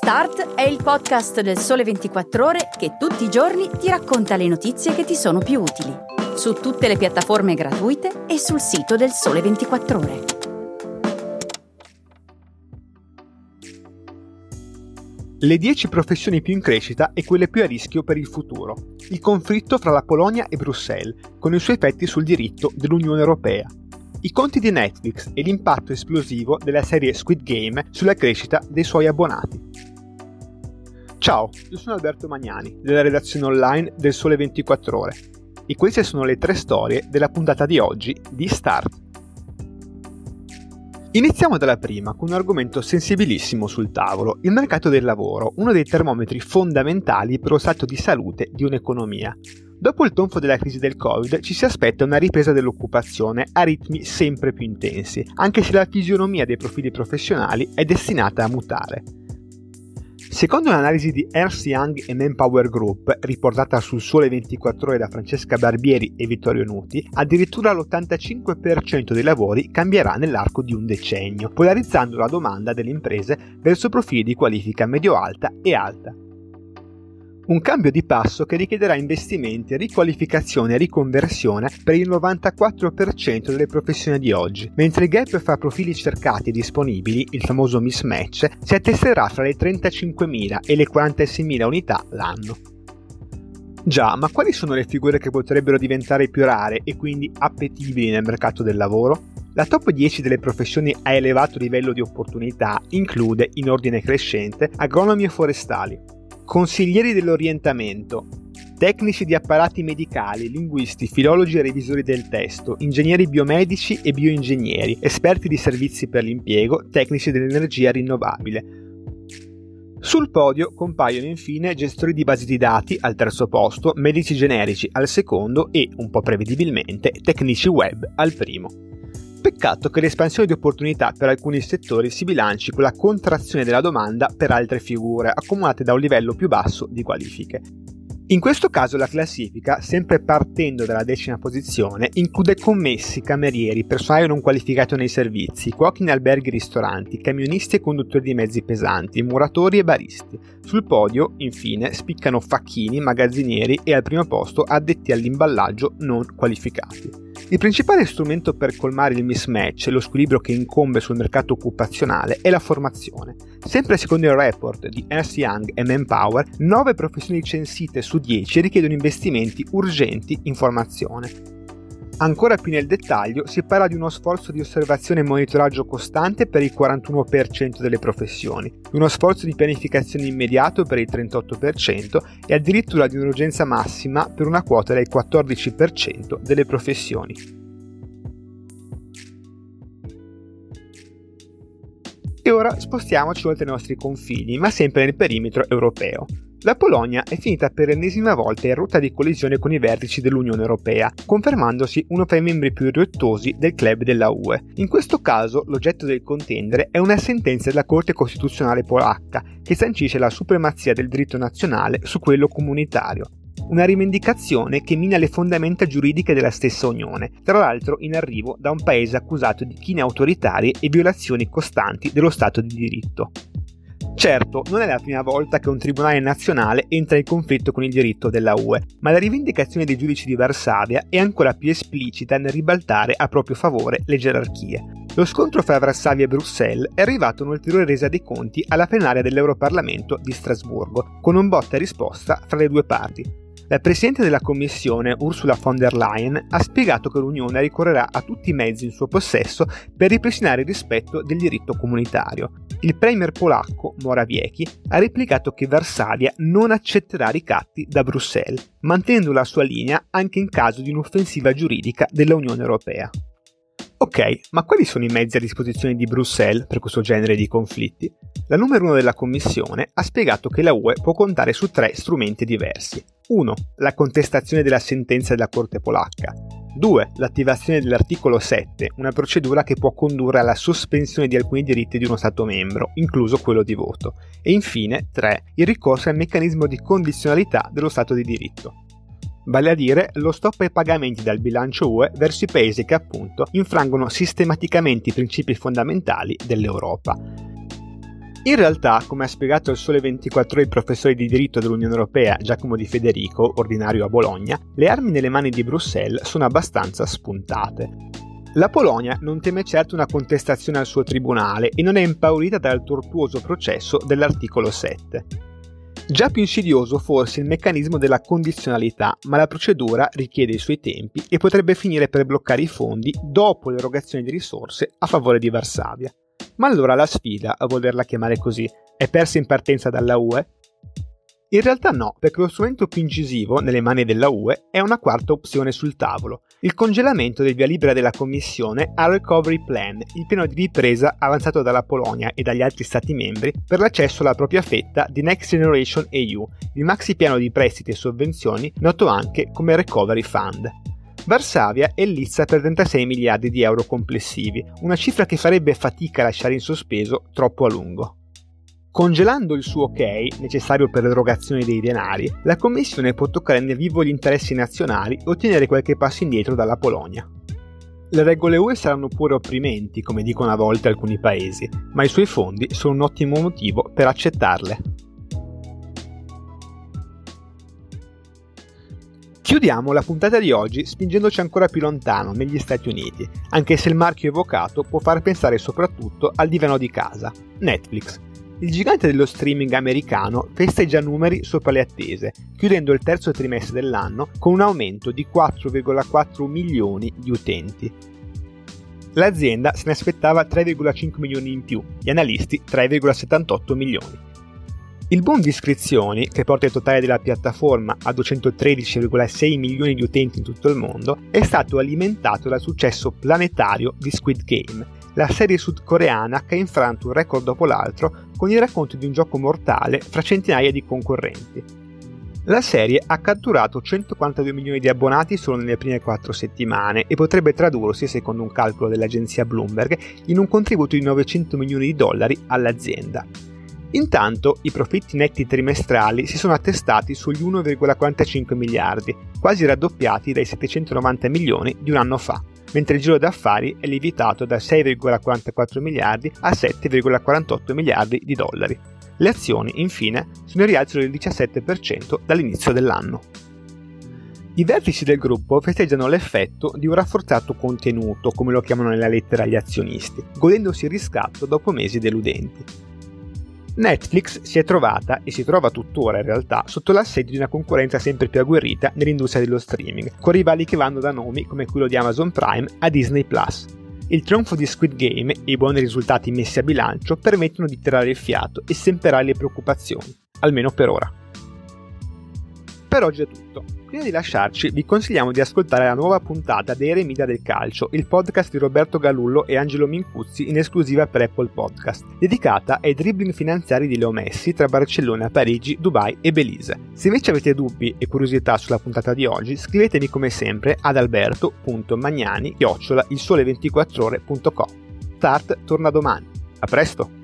Start è il podcast del Sole 24 Ore che tutti i giorni ti racconta le notizie che ti sono più utili. Su tutte le piattaforme gratuite e sul sito del Sole 24 Ore. Le 10 professioni più in crescita e quelle più a rischio per il futuro. Il conflitto fra la Polonia e Bruxelles, con i suoi effetti sul diritto dell'Unione Europea. I conti di Netflix e l'impatto esplosivo della serie Squid Game sulla crescita dei suoi abbonati. Ciao, io sono Alberto Magnani, della redazione online del Sole 24 Ore, e queste sono le 3 storie della puntata di oggi di Start. Iniziamo dalla prima, con un argomento sensibilissimo sul tavolo, il mercato del lavoro, uno dei termometri fondamentali per lo stato di salute di un'economia. Dopo il tonfo della crisi del Covid ci si aspetta una ripresa dell'occupazione a ritmi sempre più intensi, anche se la fisionomia dei profili professionali è destinata a mutare. Secondo un'analisi di Ernst Young e Manpower Group, riportata sul Sole 24 Ore da Francesca Barbieri e Vittorio Nuti, addirittura l'85% dei lavori cambierà nell'arco di un decennio, polarizzando la domanda delle imprese verso profili di qualifica medio-alta e alta. Un cambio di passo che richiederà investimenti, riqualificazione e riconversione per il 94% delle professioni di oggi, mentre il gap fra profili cercati e disponibili, il famoso mismatch, si attesterà fra le 35.000 e le 46.000 unità l'anno. Già, ma quali sono le figure che potrebbero diventare più rare e quindi appetibili nel mercato del lavoro? La top 10 delle professioni a elevato livello di opportunità include, in ordine crescente, agronomi e forestali, consiglieri dell'orientamento, tecnici di apparati medicali, linguisti, filologi e revisori del testo, ingegneri biomedici e bioingegneri, esperti di servizi per l'impiego, tecnici dell'energia rinnovabile. Sul podio compaiono infine gestori di basi di dati al terzo posto, medici generici al secondo e, un po' prevedibilmente, tecnici web al primo. Peccato che l'espansione di opportunità per alcuni settori si bilanci con la contrazione della domanda per altre figure, accumulate da un livello più basso di qualifiche. In questo caso la classifica, sempre partendo dalla 10ª posizione, include commessi, camerieri, personale non qualificato nei servizi, cuochi in alberghi e ristoranti, camionisti e conduttori di mezzi pesanti, muratori e baristi. Sul podio, infine, spiccano facchini, magazzinieri e al primo posto addetti all'imballaggio non qualificati. Il principale strumento per colmare il mismatch e lo squilibrio che incombe sul mercato occupazionale è la formazione. Sempre secondo il report di Ernst Young e Manpower, 9 professioni censite su 10 richiedono investimenti urgenti in formazione. Ancora più nel dettaglio si parla di uno sforzo di osservazione e monitoraggio costante per il 41% delle professioni, di uno sforzo di pianificazione immediato per il 38% e addirittura di un'urgenza massima per una quota del 14% delle professioni. E ora spostiamoci oltre i nostri confini, ma sempre nel perimetro europeo. La Polonia è finita per l'ennesima volta in rotta di collisione con i vertici dell'Unione Europea, confermandosi uno tra i membri più riottosi del club della UE. In questo caso l'oggetto del contendere è una sentenza della Corte Costituzionale polacca che sancisce la supremazia del diritto nazionale su quello comunitario. Una rivendicazione che mina le fondamenta giuridiche della stessa Unione, tra l'altro in arrivo da un paese accusato di chine autoritarie e violazioni costanti dello Stato di diritto. Certo, non è la prima volta che un tribunale nazionale entra in conflitto con il diritto della UE, ma la rivendicazione dei giudici di Varsavia è ancora più esplicita nel ribaltare a proprio favore le gerarchie. Lo scontro fra Varsavia e Bruxelles è arrivato un'ulteriore resa dei conti alla plenaria dell'Europarlamento di Strasburgo, con un botta e risposta fra le due parti. La Presidente della Commissione, Ursula von der Leyen, ha spiegato che l'Unione ricorrerà a tutti i mezzi in suo possesso per ripristinare il rispetto del diritto comunitario. Il premier polacco, Morawiecki, ha replicato che Varsavia non accetterà ricatti da Bruxelles, mantenendo la sua linea anche in caso di un'offensiva giuridica dell'Unione Europea. Ok, ma quali sono i mezzi a disposizione di Bruxelles per questo genere di conflitti? La numero 1 della Commissione ha spiegato che la UE può contare su 3 strumenti diversi. 1. La contestazione della sentenza della Corte polacca. 2. L'attivazione dell'articolo 7, una procedura che può condurre alla sospensione di alcuni diritti di uno Stato membro, incluso quello di voto. E infine 3. Il ricorso al meccanismo di condizionalità dello Stato di diritto. Vale a dire lo stop ai pagamenti dal bilancio UE verso i paesi che appunto infrangono sistematicamente i principi fondamentali dell'Europa. In realtà, come ha spiegato al Sole 24 Ore il professore di diritto dell'Unione Europea Giacomo Di Federico, ordinario a Bologna, le armi nelle mani di Bruxelles sono abbastanza spuntate. La Polonia non teme certo una contestazione al suo tribunale e non è impaurita dal tortuoso processo dell'articolo 7. Già più insidioso forse il meccanismo della condizionalità, ma la procedura richiede i suoi tempi e potrebbe finire per bloccare i fondi dopo l'erogazione di risorse a favore di Varsavia. Ma allora la sfida, a volerla chiamare così, è persa in partenza dalla UE? In realtà no, perché lo strumento più incisivo nelle mani della UE è una quarta opzione sul tavolo, il congelamento del via libera della Commissione al Recovery Plan, il piano di ripresa avanzato dalla Polonia e dagli altri Stati membri per l'accesso alla propria fetta di Next Generation EU, il maxi piano di prestiti e sovvenzioni noto anche come Recovery Fund. Varsavia è lizza per 36 miliardi di euro complessivi, una cifra che farebbe fatica a lasciare in sospeso troppo a lungo. Congelando il suo ok, necessario per l'erogazione dei denari, la Commissione può toccare nel vivo gli interessi nazionali e ottenere qualche passo indietro dalla Polonia. Le regole UE saranno pure opprimenti, come dicono a volte alcuni paesi, ma i suoi fondi sono un ottimo motivo per accettarle. Chiudiamo la puntata di oggi spingendoci ancora più lontano, negli Stati Uniti, anche se il marchio evocato può far pensare soprattutto al divano di casa, Netflix. Il gigante dello streaming americano festeggia numeri sopra le attese, chiudendo il terzo trimestre dell'anno con un aumento di 4,4 milioni di utenti. L'azienda se ne aspettava 3,5 milioni in più, gli analisti 3,78 milioni. Il boom di iscrizioni, che porta il totale della piattaforma a 213,6 milioni di utenti in tutto il mondo, è stato alimentato dal successo planetario di Squid Game, la serie sudcoreana che ha infranto un record dopo l'altro con il racconto di un gioco mortale fra centinaia di concorrenti. La serie ha catturato 142 milioni di abbonati solo nelle prime 4 settimane e potrebbe tradursi, secondo un calcolo dell'agenzia Bloomberg, in un contributo di 900 milioni di dollari all'azienda. Intanto i profitti netti trimestrali si sono attestati sugli 1,45 miliardi, quasi raddoppiati dai 790 milioni di un anno fa, mentre il giro d'affari è lievitato da 6,44 miliardi a 7,48 miliardi di dollari. Le azioni, infine, sono in rialzo del 17% dall'inizio dell'anno. I vertici del gruppo festeggiano l'effetto di un rafforzato contenuto, come lo chiamano nella lettera agli azionisti, godendosi il riscatto dopo mesi deludenti. Netflix si è trovata, e si trova tuttora in realtà, sotto l'assedio di una concorrenza sempre più agguerrita nell'industria dello streaming, con rivali che vanno da nomi come quello di Amazon Prime a Disney+. Il trionfo di Squid Game e i buoni risultati messi a bilancio permettono di tirare il fiato e semperare le preoccupazioni, almeno per ora. Per oggi è tutto. Prima di lasciarci vi consigliamo di ascoltare la nuova puntata dei Eremita del Calcio, il podcast di Roberto Galullo e Angelo Mincuzzi in esclusiva per Apple Podcast, dedicata ai dribbling finanziari di Leo Messi tra Barcellona, Parigi, Dubai e Belize. Se invece avete dubbi e curiosità sulla puntata di oggi, scrivetemi come sempre ad alberto.magnani@ilsole24ore.com. Start torna domani. A presto!